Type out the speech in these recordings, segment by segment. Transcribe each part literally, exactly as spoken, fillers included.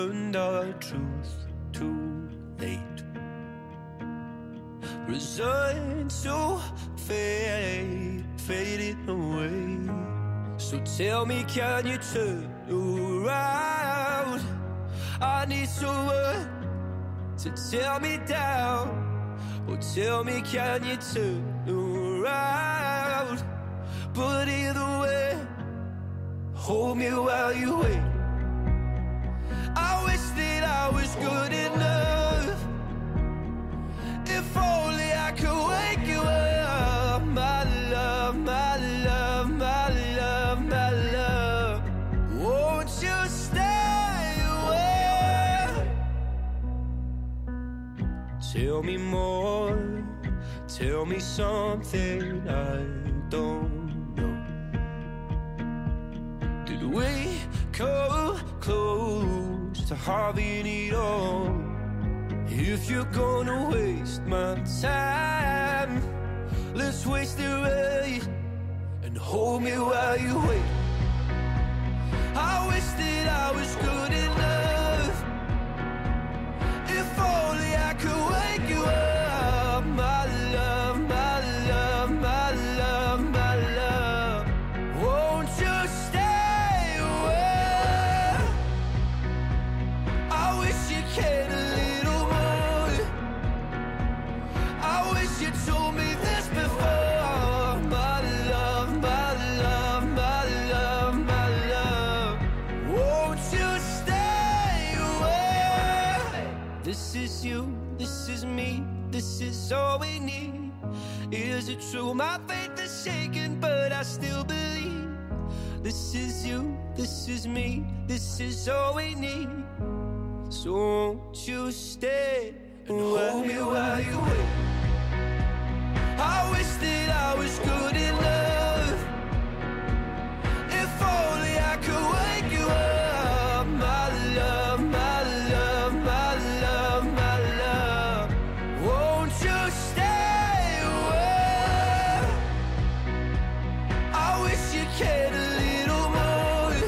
learned our truth too late. Resigned to fade, fading away. So tell me, can you turn around? I need someone to tear me down. Or tell me, can you turn around? But either way, hold me while you wait. I wish that I was good enough. If only I could wake you up. My love, my love, my love, my love. Won't you stay away? Tell me more. Tell me something I don't know. Did we come close to having it all? If you're gonna waste my time, let's waste it right and hold me while you wait. I wish that I was good enough. If only I could wake you up. My love, my love, my love, my love. Won't you stay away? I wish you cared a little more. I wish you told me this before. My love, my love, my love, my love. Won't you stay away? This is you, this is me, this is all we need. Is it true? My faith is shaken, but I still believe. This is you, this is me, this is all we need. So won't you stay and hold me while you wait? I wish that I was good enough. If only I could wake you up. My love, my love, my love, my love. Won't you stay away? I wish you cared a little more.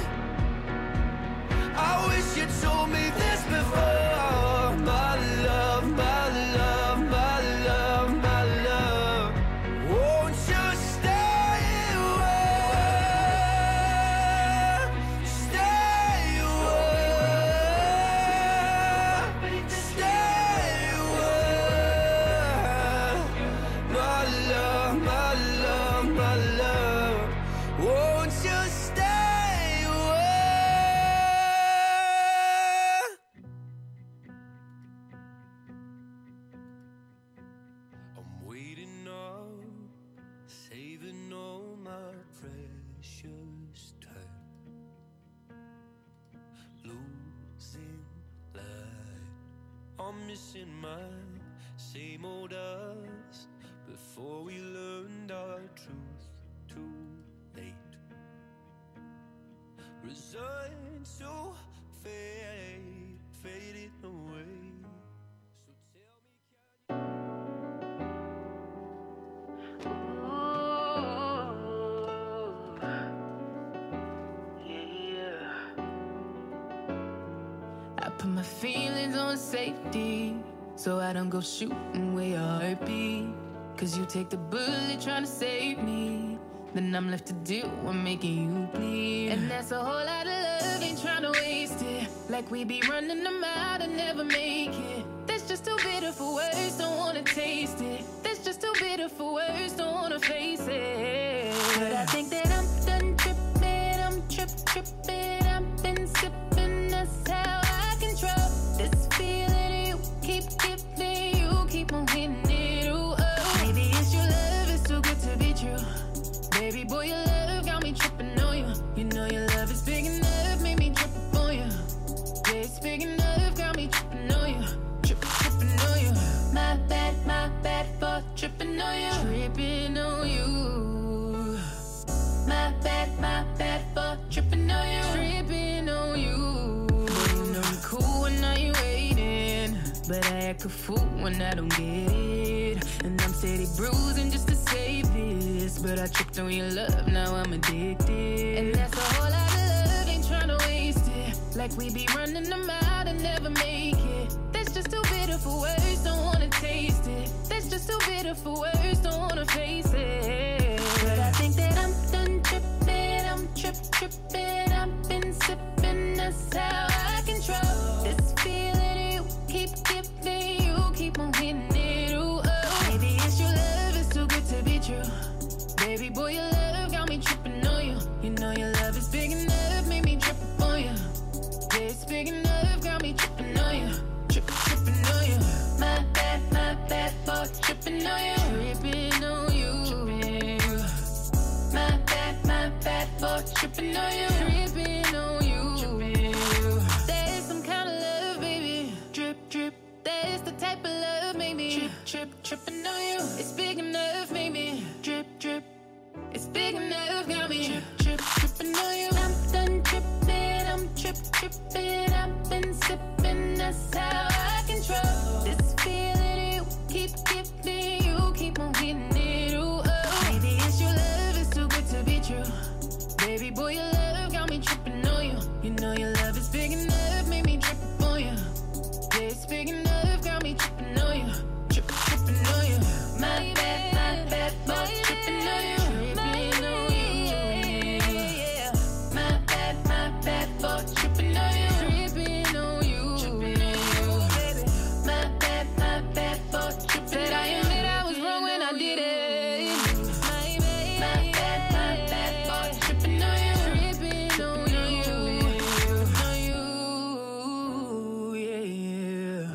I wish you told me this before. My love, my love, my love, my love. Won't you stay away? Stay away. Stay away. My love, my love, my love. Won't you stay away? I'm waiting up, saving all my precious time, losing light. I'm missing my same old us before we learned our truth too late. Resigned to fade, fading away. So tell me, can you I put my feelings on safety, so I don't go shooting where your heart beat. Cause you take the bullet trying to save me, then I'm left to deal with making you bleed. And that's a whole lot of love, ain't trying to waste it. Like we be running them out and never make it. That's just too bitter for words, don't wanna taste it. That's just too bitter for words, don't wanna face it. But I think that I'm done tripping, I'm trip tripping. I've been sipping, that's how I control this feeling you keep giving. You keep on hitting it, ooh, oh. Maybe it's your love, it's too good to be true. Baby boy, your love got me tripping on you. You know your love is big enough, made me trip on you. Yeah, it's big enough, got me tripping on you. Trip, tripping on you. My bad, my bad for tripping on you. Tripping on you. My bad, my bad for tripping on you. Tripping on you. Boy, you know you cool when now you waiting, but I act a fool when I don't get it. And I'm steady bruising just to save this, but I tripped on your love, now I'm addicted. And that's a whole lot of love, ain't tryna waste it. Like we be running them out better for worse, don't wanna face it. But I think that I'm done tripping, I'm trip tripping, I've been sipping, that's how I control this feeling you keep giving, you keep on hitting it, ooh, oh. Maybe it's your love, it's too good to be true. Baby boy, your love got me tripping on you. You know your love is big enough, made me trip on you. Yeah, it's big enough, got me tripping on you. Trip, tripping on you. My bad, my bad, boy, tripping on you. Tripping on you. My bad, my bad, boy, tripping on you. Tripping on you. There's some kind of love, baby. Drip, drip. There's the type of love, maybe. Trip, trip, tripping on you. It's big enough, maybe. Drip, drip. It's big enough, got me. Trip, trip, tripping on you. I'm done tripping, I'm trip, tripping. I've been sipping, that's how I control this feeling you keep giving, you keep on hitting it, ooh, oh. Maybe it's your love, it's too good to be true. Baby boy, your love got me tripping on you. You know your love is big enough, made me trip on you. Yeah, it's big enough, got me tripping on you. Trip, tripping on you. My bad, my bad, boy, tripping on you. Tripping on you. My bad, my bad, boy, tripping on you. Tripping on you. Tripping on you, baby. My bad, my bad, boy, tripping on you. Said I admit I was wrong when I did it. My bad, my bad, my bad, boy, tripping on you. Tripping on you. On you, yeah.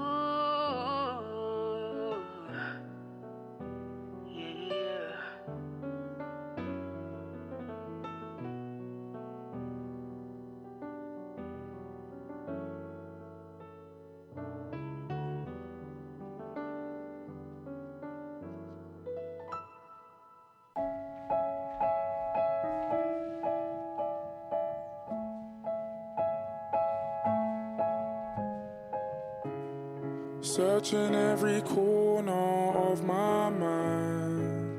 Searching every corner of my mind,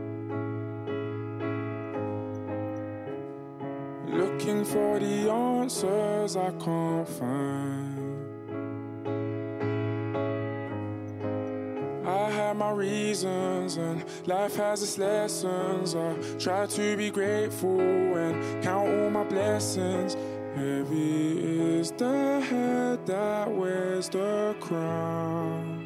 looking for the answers I can't find. I had my reasons and life has its lessons. I try to be grateful and count all my blessings. Heavy is the head that wears the crown.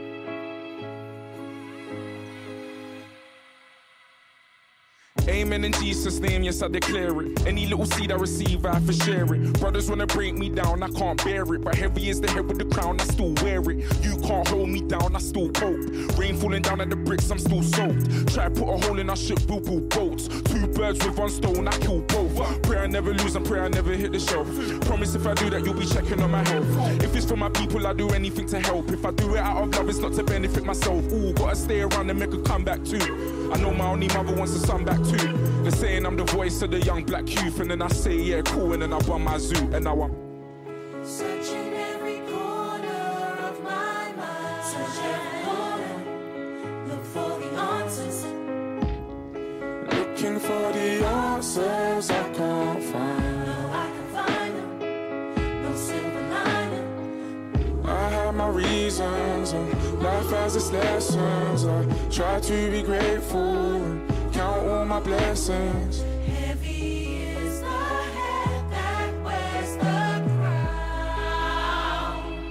Amen in Jesus' name, yes I declare it. Any little seed I receive, I have to share it. Brothers wanna break me down, I can't bear it. But heavy is the head with the crown, I still wear it. You can't hold me down, I still cope. Rain falling down at the bricks, I'm still soaked. Try to put a hole in our ship, we'll build boats. Two birds with one stone, I kill both. Pray I never lose and pray I never hit the shelf. Promise if I do that, you'll be checking on my health. If it's for my people, I'll do anything to help. If I do it out of love, it's not to benefit myself. Ooh, gotta stay around and make a comeback too. I know my only mother wants a son back too. They're saying I'm the voice of the young black youth, and then I say yeah cool, and then I run my zoo, and now I'm searching every corner of my mind. Search every corner, look for the answers. Looking for the answers I can't find. No, I can find them, no silver lining. I have my reasons and life has its lessons. I try to be grateful and count all my blessings. Heavy is the head that wears the crown.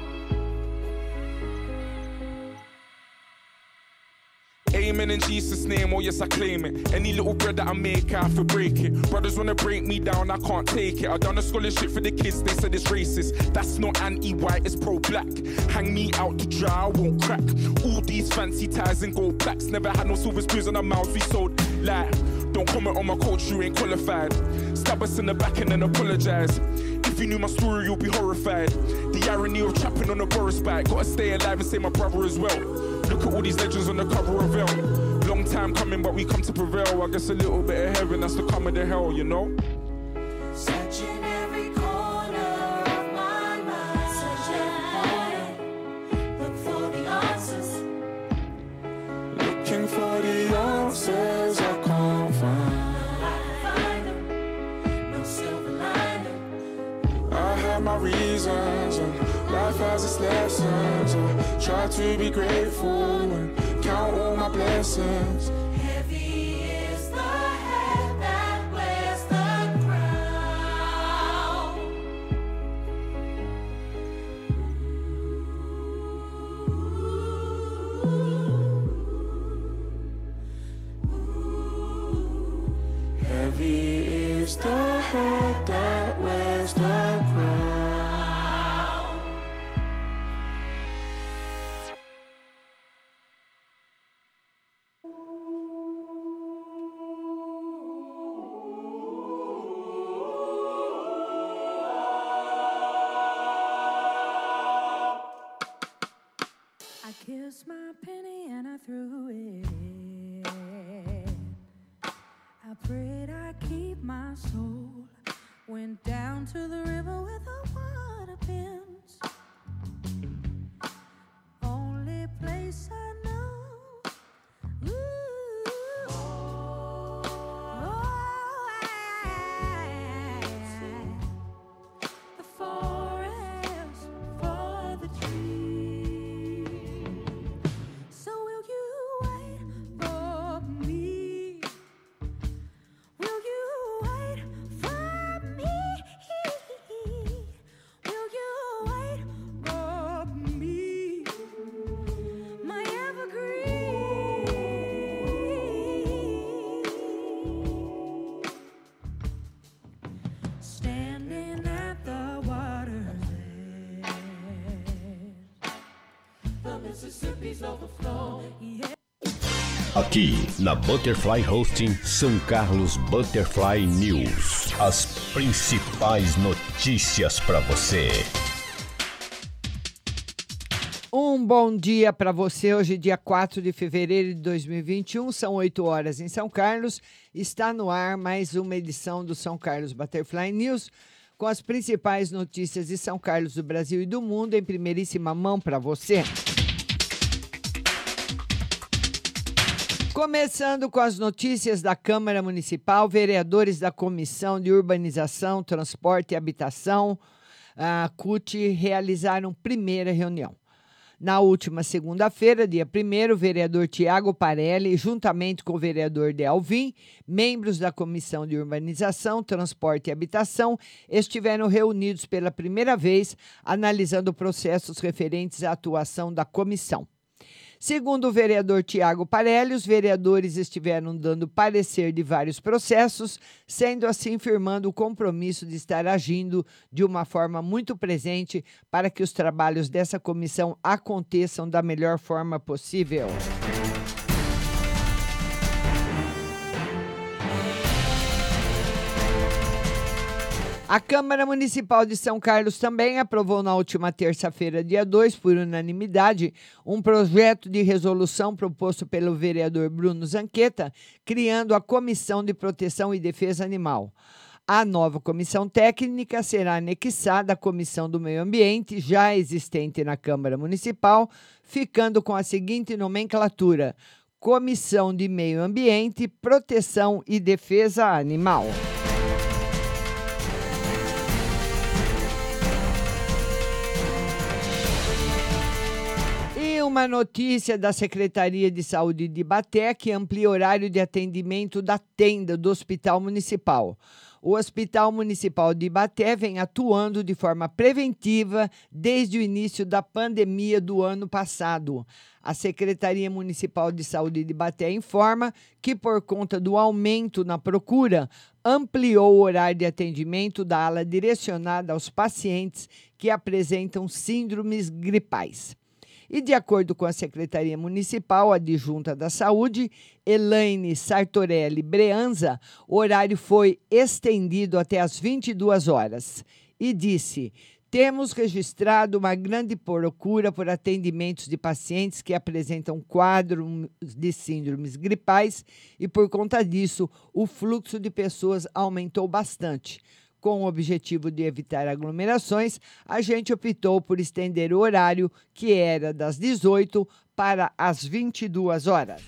Amen in Jesus' name, oh yes I claim it. Any little bread that I make, I have to break it. Brothers wanna break me down, I can't take it. I done a scholarship for the kids, they said it's racist. That's not anti-white, it's pro-black. Hang me out to dry, I won't crack. All these fancy ties and gold plaques. Never had no silver spoons on our mouths, we sold life. Don't comment on my culture, you ain't qualified. Stab us in the back and then apologize. If you knew my story, you'll be horrified. The irony of trapping on a Boris bike. Gotta stay alive and save my brother as well. Look at all these legends on the cover of Elle. Long time coming, but we come to prevail. I guess a little bit of heaven, that's the come of the hell, you know? Searching every corner of my mind. Search every corner, look for the answers. Looking for the answers I can't find. No, I can find them, no silver lining. I have my reasons and life has its lessons. I try to be grateful and count all my blessings. Heavy is the head that wears the crown. Heavy is the head that wears the crown. I kissed my penny and I threw it. I prayed I'd keep my soul. Went down to the river with the water pins. Only place I know. Ooh. Oh, I, the forest for the trees. So will you wait for me? Will you wait for me? Will you wait for me? My evergreen. Standing at the water's edge. The Mississippi's overflowing. Yeah. Aqui na Butterfly Hosting São Carlos Butterfly News. As principais notícias para você. Um bom dia para você. Hoje, dia quatro de fevereiro de dois mil e vinte e um, são oito horas em São Carlos. Está no ar mais uma edição do São Carlos Butterfly News, com as principais notícias de São Carlos, do Brasil e do mundo em primeiríssima mão para você. Começando com as notícias da Câmara Municipal, vereadores da Comissão de Urbanização, Transporte e Habitação, a C U T, realizaram primeira reunião. Na última segunda-feira, dia primeiro, o vereador Tiago Parelli, juntamente com o vereador De Alvim, membros da Comissão de Urbanização, Transporte e Habitação, estiveram reunidos pela primeira vez, analisando processos referentes à atuação da comissão. Segundo o vereador Tiago Parelli, os vereadores estiveram dando parecer de vários processos, sendo assim firmando o compromisso de estar agindo de uma forma muito presente para que os trabalhos dessa comissão aconteçam da melhor forma possível. A Câmara Municipal de São Carlos também aprovou na última terça-feira, dia dois, por unanimidade, um projeto de resolução proposto pelo vereador Bruno Zanqueta, criando a Comissão de Proteção e Defesa Animal. A nova comissão técnica será anexada à Comissão do Meio Ambiente, já existente na Câmara Municipal, ficando com a seguinte nomenclatura: Comissão de Meio Ambiente, Proteção e Defesa Animal. Uma notícia da Secretaria de Saúde de Ibaté, que amplia o horário de atendimento da tenda do Hospital Municipal. O Hospital Municipal de Ibaté vem atuando de forma preventiva desde o início da pandemia do ano passado. A Secretaria Municipal de Saúde de Ibaté informa que, por conta do aumento na procura, ampliou o horário de atendimento da ala direcionada aos pacientes que apresentam síndromes gripais. E, de acordo com a Secretaria Municipal Adjunta da Saúde, Elaine Sartorelli Breanza, o horário foi estendido até às vinte e duas horas. E disse: temos registrado uma grande procura por atendimentos de pacientes que apresentam quadros de síndromes gripais e, por conta disso, o fluxo de pessoas aumentou bastante. Com o objetivo de evitar aglomerações, a gente optou por estender o horário, que era das dezoito para as vinte e duas horas.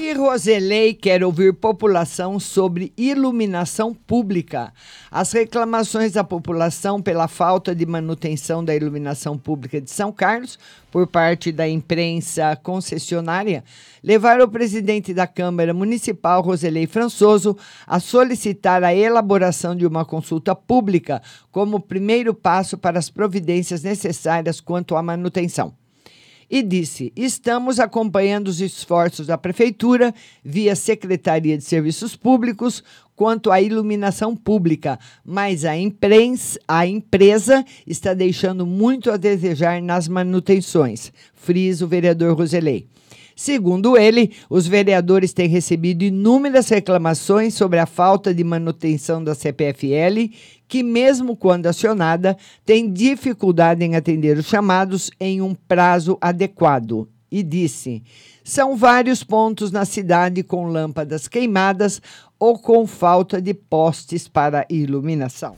E Roselei quer ouvir população sobre iluminação pública. As reclamações da população pela falta de manutenção da iluminação pública de São Carlos por parte da imprensa concessionária levaram o presidente da Câmara Municipal, Roselei Françoso, a solicitar a elaboração de uma consulta pública como primeiro passo para as providências necessárias quanto à manutenção. E disse: estamos acompanhando os esforços da Prefeitura, via Secretaria de Serviços Públicos, quanto à iluminação pública, mas a, imprensa, a empresa está deixando muito a desejar nas manutenções, frisa o vereador Roselei. Segundo ele, os vereadores têm recebido inúmeras reclamações sobre a falta de manutenção da C P F L, que mesmo quando acionada, tem dificuldade em atender os chamados em um prazo adequado. E disse: são vários pontos na cidade com lâmpadas queimadas ou com falta de postes para iluminação.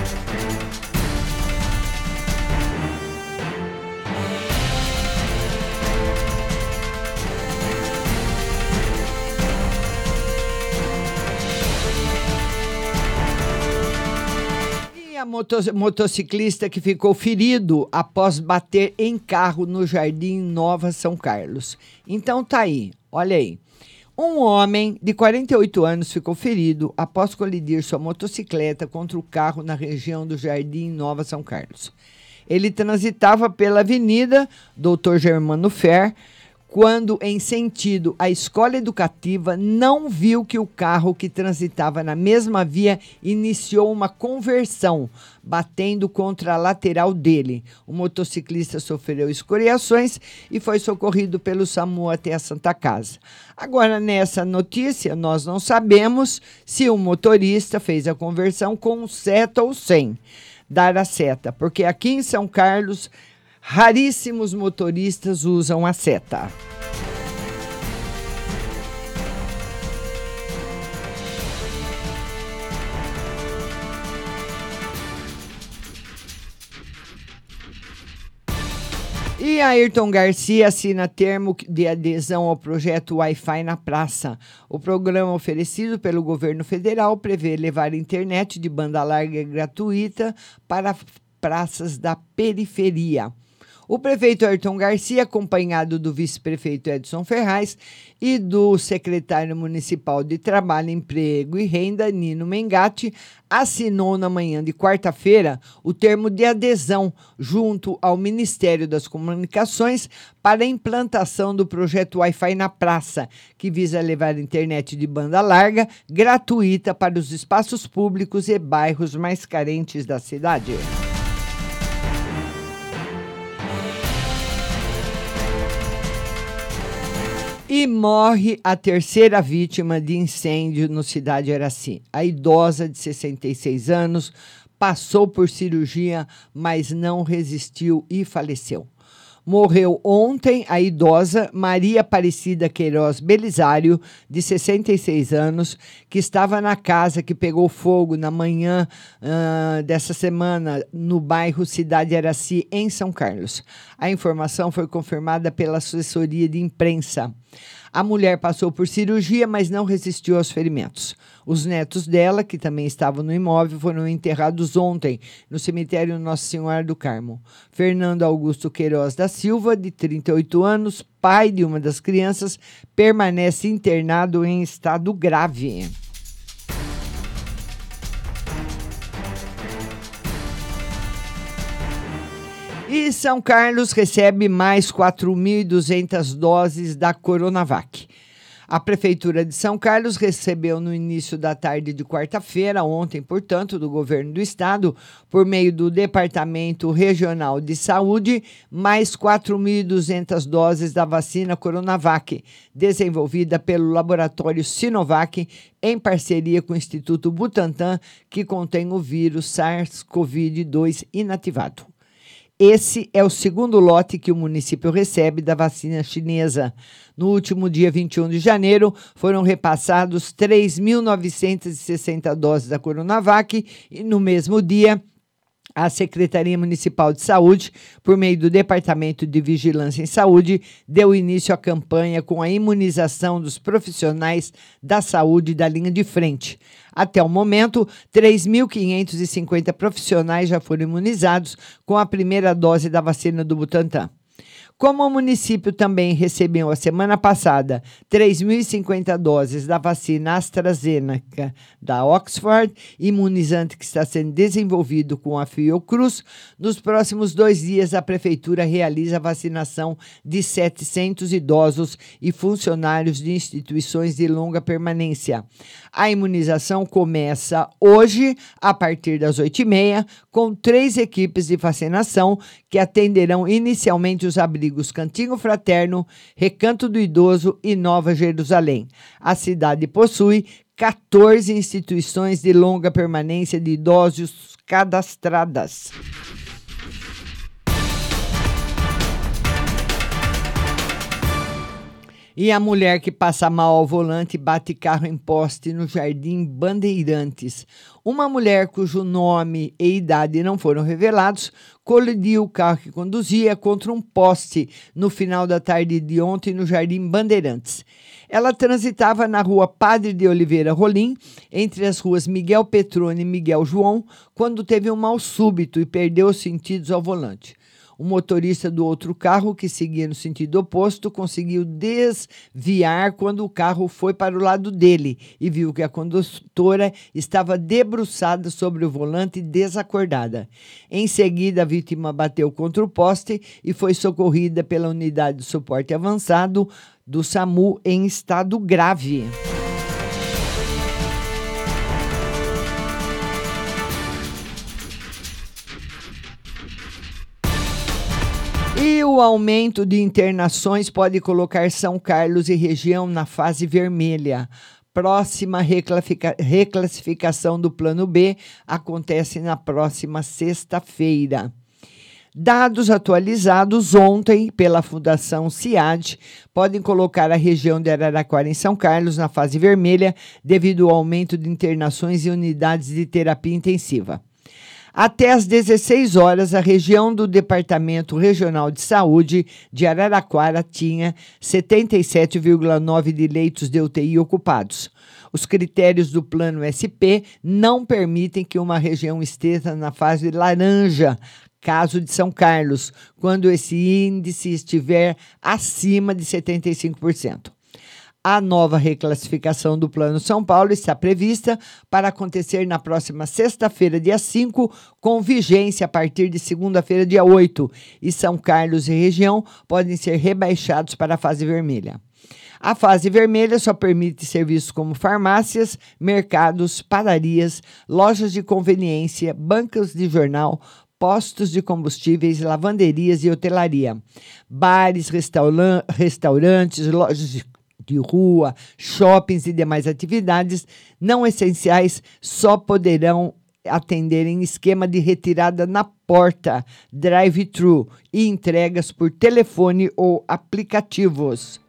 A moto- motociclista que ficou ferido após bater em carro no Jardim Nova São Carlos. Então tá aí, olha aí. Um homem de quarenta e oito anos ficou ferido após colidir sua motocicleta contra o carro na região do Jardim Nova São Carlos. Ele transitava pela Avenida doutor Germano Fer, quando, em sentido à escola educativa, não viu que o carro que transitava na mesma via iniciou uma conversão, batendo contra a lateral dele. O motociclista sofreu escoriações e foi socorrido pelo SAMU até a Santa Casa. Agora, nessa notícia, nós não sabemos se o motorista fez a conversão com seta ou sem dar a seta, porque aqui em São Carlos, raríssimos motoristas usam a seta. E Ayrton Garcia assina termo de adesão ao projeto Wi-Fi na Praça. O programa oferecido pelo governo federal prevê levar internet de banda larga gratuita para praças da periferia. O prefeito Ayrton Garcia, acompanhado do vice-prefeito Edson Ferraz e do secretário municipal de Trabalho, Emprego e Renda, Nino Mengatti, assinou na manhã de quarta-feira o termo de adesão junto ao Ministério das Comunicações para a implantação do projeto Wi-Fi na Praça, que visa levar internet de banda larga gratuita para os espaços públicos e bairros mais carentes da cidade. E morre a terceira vítima de incêndio no Cidade Araci. A idosa de sessenta e seis anos passou por cirurgia, mas não resistiu e faleceu. Morreu ontem a idosa Maria Aparecida Queiroz Belisário, de sessenta e seis anos, que estava na casa que pegou fogo na manhã uh, dessa semana no bairro Cidade Araci, em São Carlos. A informação foi confirmada pela assessoria de imprensa. A mulher passou por cirurgia, mas não resistiu aos ferimentos. Os netos dela, que também estavam no imóvel, foram enterrados ontem no cemitério Nossa Senhora do Carmo. Fernando Augusto Queiroz da Silva, de trinta e oito anos, pai de uma das crianças, permanece internado em estado grave. E São Carlos recebe mais quatro mil e duzentas doses da Coronavac. A Prefeitura de São Carlos recebeu no início da tarde de quarta-feira, ontem, portanto, do Governo do Estado, por meio do Departamento Regional de Saúde, mais quatro mil e duzentas doses da vacina Coronavac, desenvolvida pelo laboratório Sinovac, em parceria com o Instituto Butantan, que contém o vírus SARS-CoV dois inativado. Esse é o segundo lote que o município recebe da vacina chinesa. No último dia vinte e um de janeiro, foram repassados três mil novecentas e sessenta doses da Coronavac e, no mesmo dia, A Secretaria Municipal de Saúde, por meio do Departamento de Vigilância em Saúde, deu início à campanha com a imunização dos profissionais da saúde da linha de frente. Até o momento, três mil quinhentos e cinquenta profissionais já foram imunizados com a primeira dose da vacina do Butantan. Como o município também recebeu a semana passada três mil e cinquenta doses da vacina AstraZeneca da Oxford, imunizante que está sendo desenvolvido com a Fiocruz, nos próximos dois dias a Prefeitura realiza a vacinação de setecentos idosos e funcionários de instituições de longa permanência. A imunização começa hoje, a partir das oito e meia, com três equipes de vacinação que atenderão inicialmente os abrigos Cantinho Fraterno, Recanto do Idoso e Nova Jerusalém. A cidade possui quatorze instituições de longa permanência de idosos cadastradas. E a mulher que passa mal ao volante e bate carro em poste no Jardim Bandeirantes. Uma mulher cujo nome e idade não foram revelados colidiu o carro que conduzia contra um poste no final da tarde de ontem no Jardim Bandeirantes. Ela transitava na rua Padre de Oliveira Rolim, entre as ruas Miguel Petrone e Miguel João, quando teve um mal súbito e perdeu os sentidos ao volante. O motorista do outro carro, que seguia no sentido oposto, conseguiu desviar quando o carro foi para o lado dele e viu que a condutora estava debruçada sobre o volante desacordada. Em seguida, a vítima bateu contra o poste e foi socorrida pela unidade de suporte avançado do SAMU em estado grave. E o aumento de internações pode colocar São Carlos e região na fase vermelha. Próxima reclassificação do Plano B acontece na próxima sexta-feira. Dados atualizados ontem pela Fundação CIAD podem colocar a região de Araraquara em São Carlos na fase vermelha devido ao aumento de internações e unidades de terapia intensiva. Até às dezesseis horas, a região do Departamento Regional de Saúde de Araraquara tinha setenta e sete vírgula nove de leitos de U T I ocupados. Os critérios do Plano S P não permitem que uma região esteja na fase laranja, caso de São Carlos, quando esse índice estiver acima de setenta e cinco por cento. A nova reclassificação do Plano São Paulo está prevista para acontecer na próxima sexta-feira, dia cinco, com vigência a partir de segunda-feira, dia oito, e São Carlos e região podem ser rebaixados para a fase vermelha. A fase vermelha só permite serviços como farmácias, mercados, padarias, lojas de conveniência, bancas de jornal, postos de combustíveis, lavanderias e hotelaria. Bares, restauran- restaurantes, lojas de de rua, shoppings e demais atividades não essenciais só poderão atender em esquema de retirada na porta, drive-thru e entregas por telefone ou aplicativos.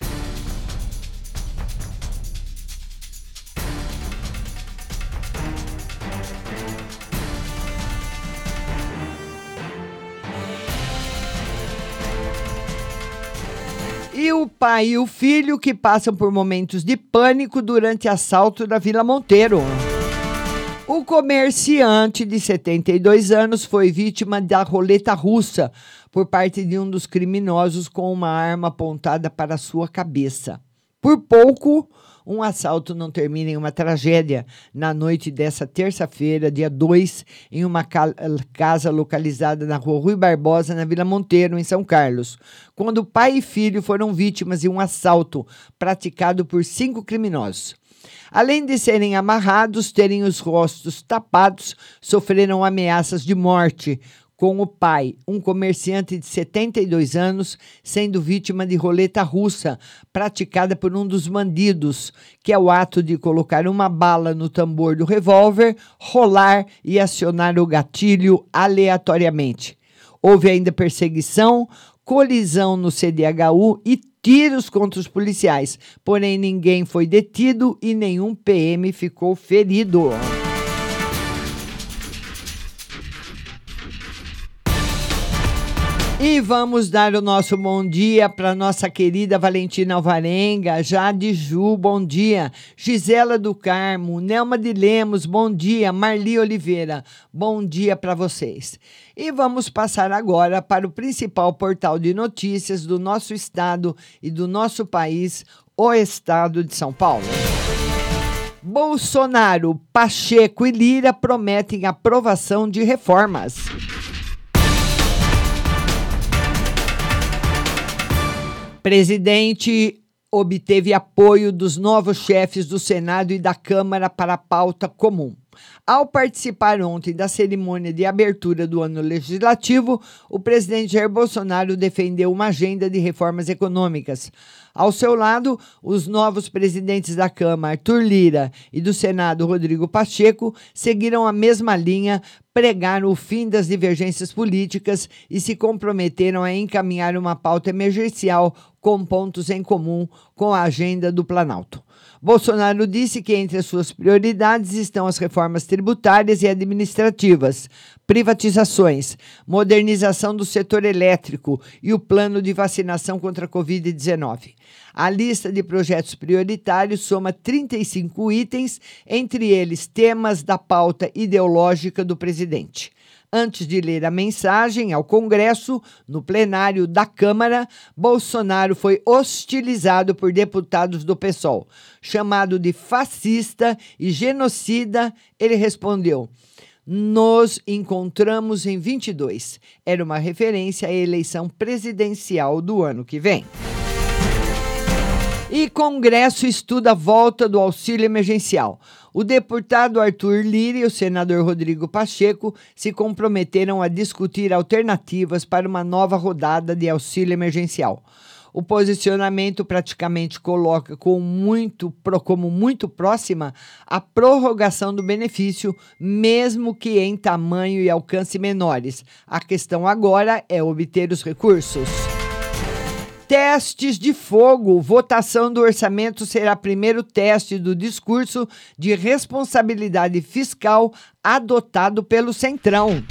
E o pai e o filho que passam por momentos de pânico durante assalto da Vila Monteiro. O comerciante de setenta e dois anos foi vítima da roleta russa por parte de um dos criminosos com uma arma apontada para sua cabeça. Por pouco, um assalto não termina em uma tragédia. Na noite dessa terça-feira, dia dois, em uma ca- casa localizada na rua Rui Barbosa, na Vila Monteiro, em São Carlos, quando pai e filho foram vítimas de um assalto praticado por cinco criminosos. Além de serem amarrados, terem os rostos tapados, sofreram ameaças de morte, com o pai, um comerciante de setenta e dois anos, sendo vítima de roleta russa, praticada por um dos bandidos, que é o ato de colocar uma bala no tambor do revólver, rolar e acionar o gatilho aleatoriamente. Houve ainda perseguição, colisão no C D H U e tiros contra os policiais, porém ninguém foi detido e nenhum P M ficou ferido. E vamos dar o nosso bom dia para nossa querida Valentina Alvarenga, Jade Ju, bom dia. Gisela do Carmo, Nelma de Lemos, bom dia. Marli Oliveira, bom dia para vocês. E vamos passar agora para o principal portal de notícias do nosso estado e do nosso país, o estado de São Paulo. Bolsonaro, Pacheco e Lira prometem aprovação de reformas. Presidente obteve apoio dos novos chefes do Senado e da Câmara para a pauta comum. Ao participar ontem da cerimônia de abertura do ano legislativo, o presidente Jair Bolsonaro defendeu uma agenda de reformas econômicas. Ao seu lado, os novos presidentes da Câmara, Arthur Lira, e do Senado, Rodrigo Pacheco, seguiram a mesma linha, pregaram o fim das divergências políticas e se comprometeram a encaminhar uma pauta emergencial com pontos em comum com a agenda do Planalto. Bolsonaro disse que entre as suas prioridades estão as reformas tributárias e administrativas, privatizações, modernização do setor elétrico e o plano de vacinação contra a covid dezenove. A lista de projetos prioritários soma trinta e cinco itens, entre eles temas da pauta ideológica do presidente. Antes de ler a mensagem ao Congresso, no plenário da Câmara, Bolsonaro foi hostilizado por deputados do PSOL. Chamado de fascista e genocida, ele respondeu: "Nos encontramos em vinte e dois. Era uma referência à eleição presidencial do ano que vem. E Congresso estuda a volta do auxílio emergencial. O deputado Arthur Lira e o senador Rodrigo Pacheco se comprometeram a discutir alternativas para uma nova rodada de auxílio emergencial. O posicionamento praticamente coloca com muito, como muito próxima a prorrogação do benefício, mesmo que em tamanho e alcance menores. A questão agora é obter os recursos. Testes de fogo. Votação do orçamento será primeiro teste do discurso de responsabilidade fiscal adotado pelo Centrão.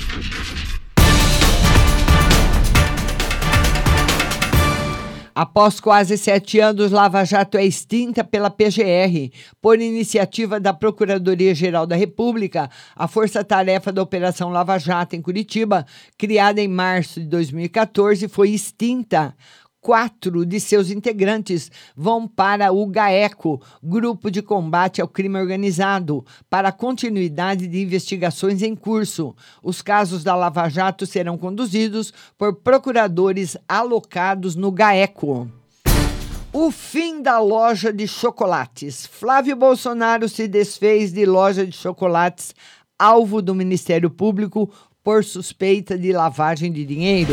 Após quase sete anos, Lava Jato é extinta pela P G R. Por iniciativa da Procuradoria-Geral da República, a Força-Tarefa da Operação Lava Jato em Curitiba, criada em março de dois mil e quatorze, foi extinta. Quatro de seus integrantes vão para o GAECO, Grupo de Combate ao Crime Organizado, para a continuidade de investigações em curso. Os casos da Lava Jato serão conduzidos por procuradores alocados no GAECO. O fim da loja de chocolates. Flávio Bolsonaro se desfez de loja de chocolates, alvo do Ministério Público por suspeita de lavagem de dinheiro.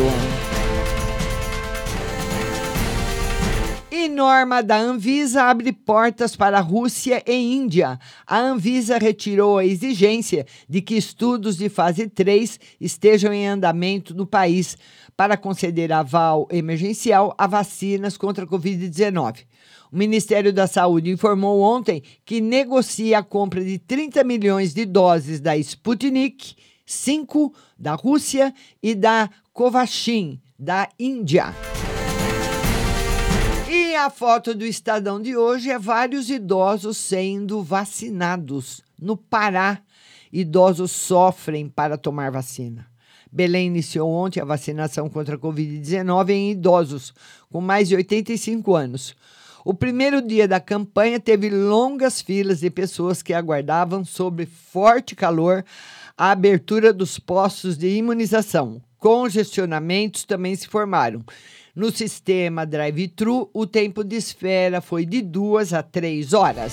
E norma da Anvisa abre portas para a Rússia e Índia. A Anvisa retirou a exigência de que estudos de fase três estejam em andamento no país para conceder aval emergencial a vacinas contra a covid dezenove. O Ministério da Saúde informou ontem que negocia a compra de trinta milhões de doses da Sputnik cinco da Rússia e da Covaxin da Índia. E a foto do Estadão de hoje é vários idosos sendo vacinados. No Pará, idosos sofrem para tomar vacina. Belém iniciou ontem a vacinação contra a covid dezenove em idosos com mais de oitenta e cinco anos. O primeiro dia da campanha teve longas filas de pessoas que aguardavam sob forte calor a abertura dos postos de imunização. Congestionamentos também se formaram. No sistema drive-thru, o tempo de espera foi de duas a três horas.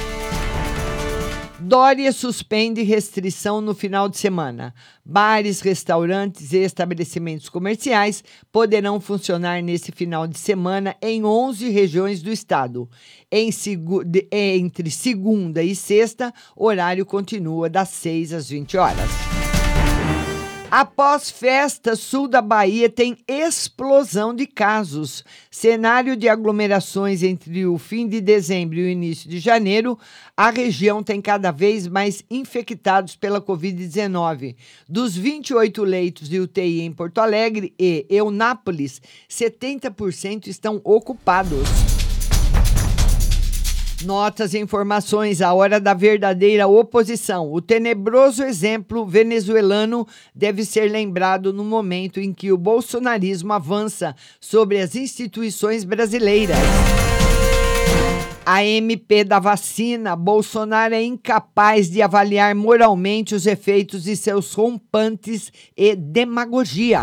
Dória suspende restrição no final de semana. Bares, restaurantes e estabelecimentos comerciais poderão funcionar nesse final de semana em onze regiões do estado. Em segu- de, entre segunda e sexta, o horário continua das seis às vinte horas. Após festa, sul da Bahia tem explosão de casos. Cenário de aglomerações entre o fim de dezembro e o início de janeiro, a região tem cada vez mais infectados pela covid dezenove. Dos vinte e oito leitos de U T I em Porto Alegre e Eunápolis, setenta por cento estão ocupados. Notas e informações, a hora da verdadeira oposição. O tenebroso exemplo venezuelano deve ser lembrado no momento em que o bolsonarismo avança sobre as instituições brasileiras. A M P da vacina, Bolsonaro é incapaz de avaliar moralmente os efeitos de seus rompantes e demagogia.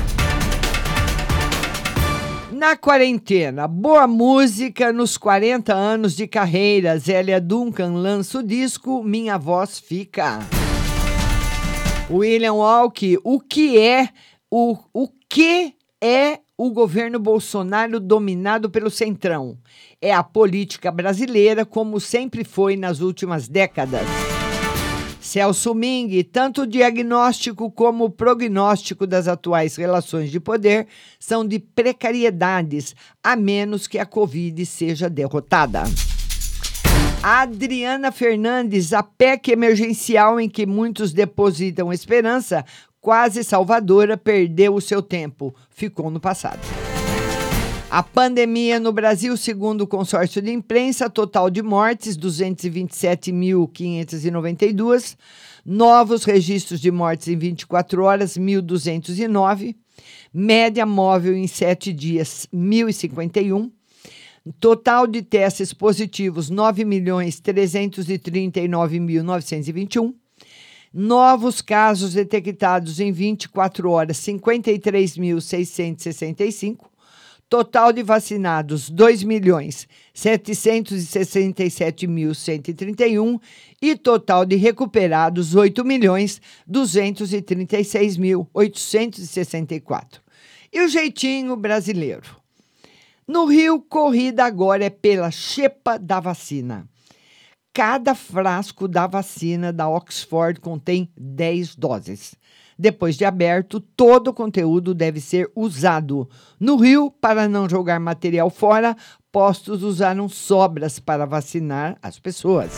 Na quarentena, boa música nos quarenta anos de carreira. Zélia Duncan lança o disco Minha Voz Fica. William Walke, o que é o, o que é o governo Bolsonaro dominado pelo Centrão? É a política brasileira como sempre foi nas últimas décadas. Celso Ming, tanto o diagnóstico como o prognóstico das atuais relações de poder são de precariedades, a menos que a Covid seja derrotada. Adriana Fernandes, a P E C emergencial em que muitos depositam esperança, quase salvadora, perdeu o seu tempo, ficou no passado. A pandemia no Brasil, segundo o consórcio de imprensa, total de mortes, duzentos e vinte e sete mil, quinhentos e noventa e dois. Novos registros de mortes em vinte e quatro horas, mil duzentos e nove. Média móvel em sete dias, mil e cinquenta e um. Total de testes positivos, nove milhões, trezentos e trinta e nove mil, novecentos e vinte e um. Novos casos detectados em vinte e quatro horas, cinquenta e três mil, seiscentos e sessenta e cinco. Total de vacinados, dois milhões, setecentos e sessenta e sete mil, cento e trinta e um. E total de recuperados, oito milhões, duzentos e trinta e seis mil, oitocentos e sessenta e quatro. E o jeitinho brasileiro? No Rio, corrida agora é pela xepa da vacina. Cada frasco da vacina da Oxford contém dez doses. Depois de aberto, todo o conteúdo deve ser usado. No Rio, para não jogar material fora, postos usaram sobras para vacinar as pessoas.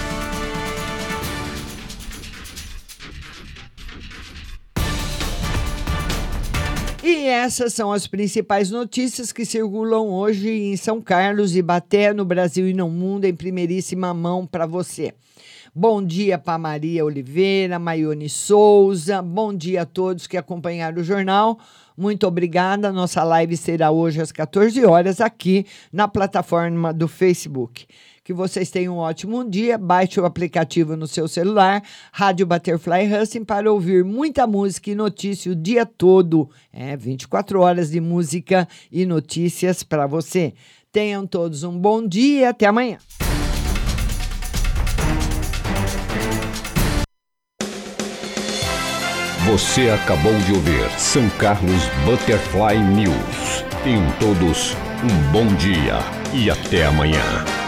E essas são as principais notícias que circulam hoje em São Carlos, Ibaté, no Brasil e no mundo, em primeiríssima mão para você. Bom dia para Maria Oliveira, Maione Souza, bom dia a todos que acompanharam o jornal. Muito obrigada, nossa live será hoje às quatorze horas aqui na plataforma do Facebook. Que vocês tenham um ótimo dia, baixe o aplicativo no seu celular, Rádio Butterfly Husting, para ouvir muita música e notícia o dia todo. É, vinte e quatro horas de música e notícias para você. Tenham todos um bom dia e até amanhã. Você acabou de ouvir São Carlos Butterfly News. Tenham todos um bom dia e até amanhã.